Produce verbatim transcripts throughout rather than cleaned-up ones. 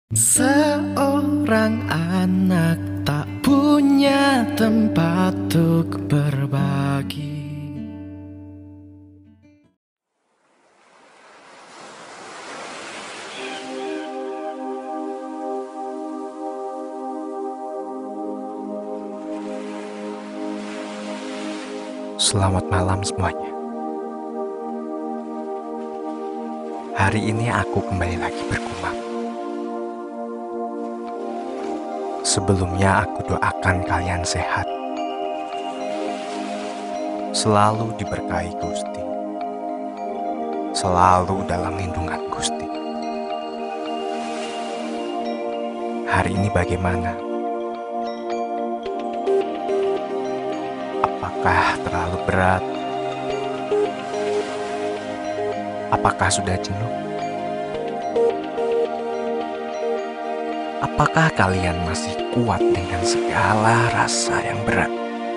Seorang anak tak punya tempat untuk berbagi. Selamat malam semuanya. Hari ini aku kembali lagi bergumam. Sebelumnya aku doakan kalian sehat, selalu diberkahi Gusti, selalu dalam lindungan Gusti. Hari ini bagaimana? Apakah terlalu berat? Apakah sudah jenuh? Apakah kalian masih kuat dengan segala rasa yang berat?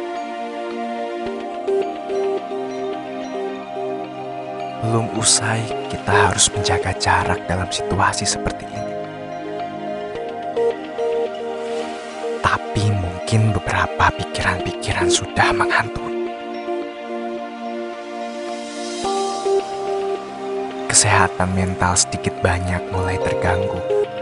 Belum usai, kita harus menjaga jarak dalam situasi seperti ini. Tapi mungkin beberapa pikiran-pikiran sudah menghantui. Kesehatan mental sedikit banyak mulai terganggu.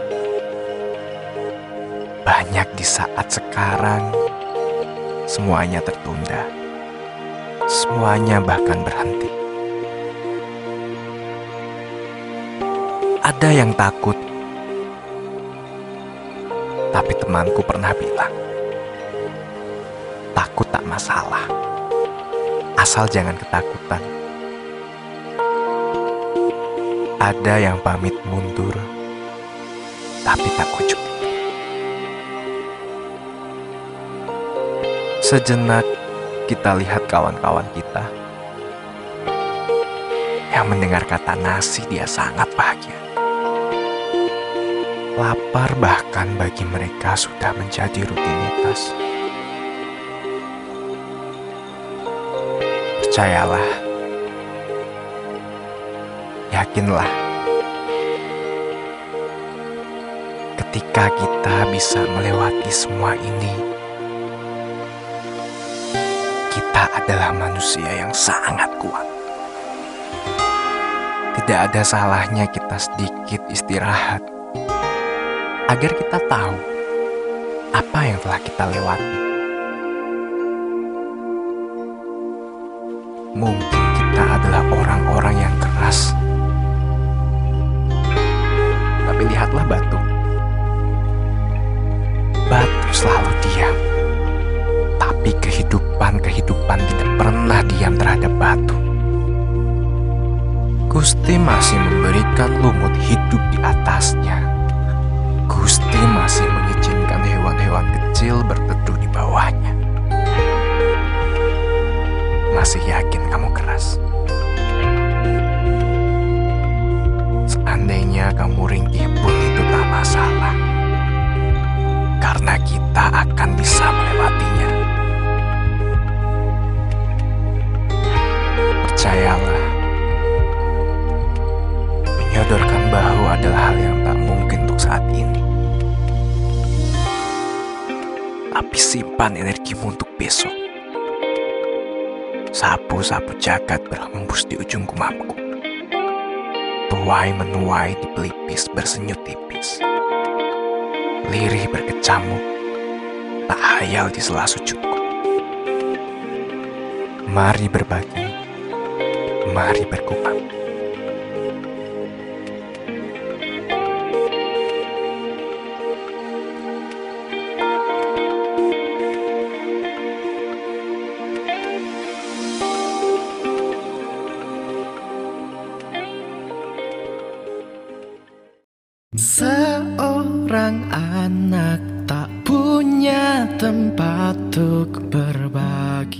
Banyak di saat sekarang, semuanya tertunda. Semuanya bahkan berhenti. Ada yang takut, tapi temanku pernah bilang, takut tak masalah, asal jangan ketakutan. Ada yang pamit mundur, tapi tak kunjung. Sejenak kita lihat kawan-kawan kita yang mendengar kata nasi dia sangat bahagia. Lapar bahkan bagi mereka sudah menjadi rutinitas. Percayalah, yakinlah, ketika kita bisa melewati semua ini, kita adalah manusia yang sangat kuat. Tidak ada salahnya kita sedikit istirahat, agar kita tahu apa yang telah kita lewati. Mungkin kita adalah orang-orang yang keras, tapi lihatlah batu. Batu selalu diam, tapi kehidupan-kehidupan tidak pernah diam terhadap batu. Gusti masih memberikan lumut hidup di atasnya. Gusti masih mengizinkan hewan-hewan kecil berteduh di bawahnya. Masih yakin kamu keras? Seandainya kamu ringkih pun itu tak masalah, karena kita akan bisa melewatinya. Percayalah, menyodorkan bahu adalah hal yang tak mungkin untuk saat ini. Tapi simpan energimu untuk besok. Sapu-sapu jagat berhembus di ujung gumamku. Tuai menuai di pelipis bersenyut tipis. Lirih berkecamuk, tak hayal di sela sujudku. Mari berbagi, mari bergumam. Seorang anak tak punya tempat untuk berbagi.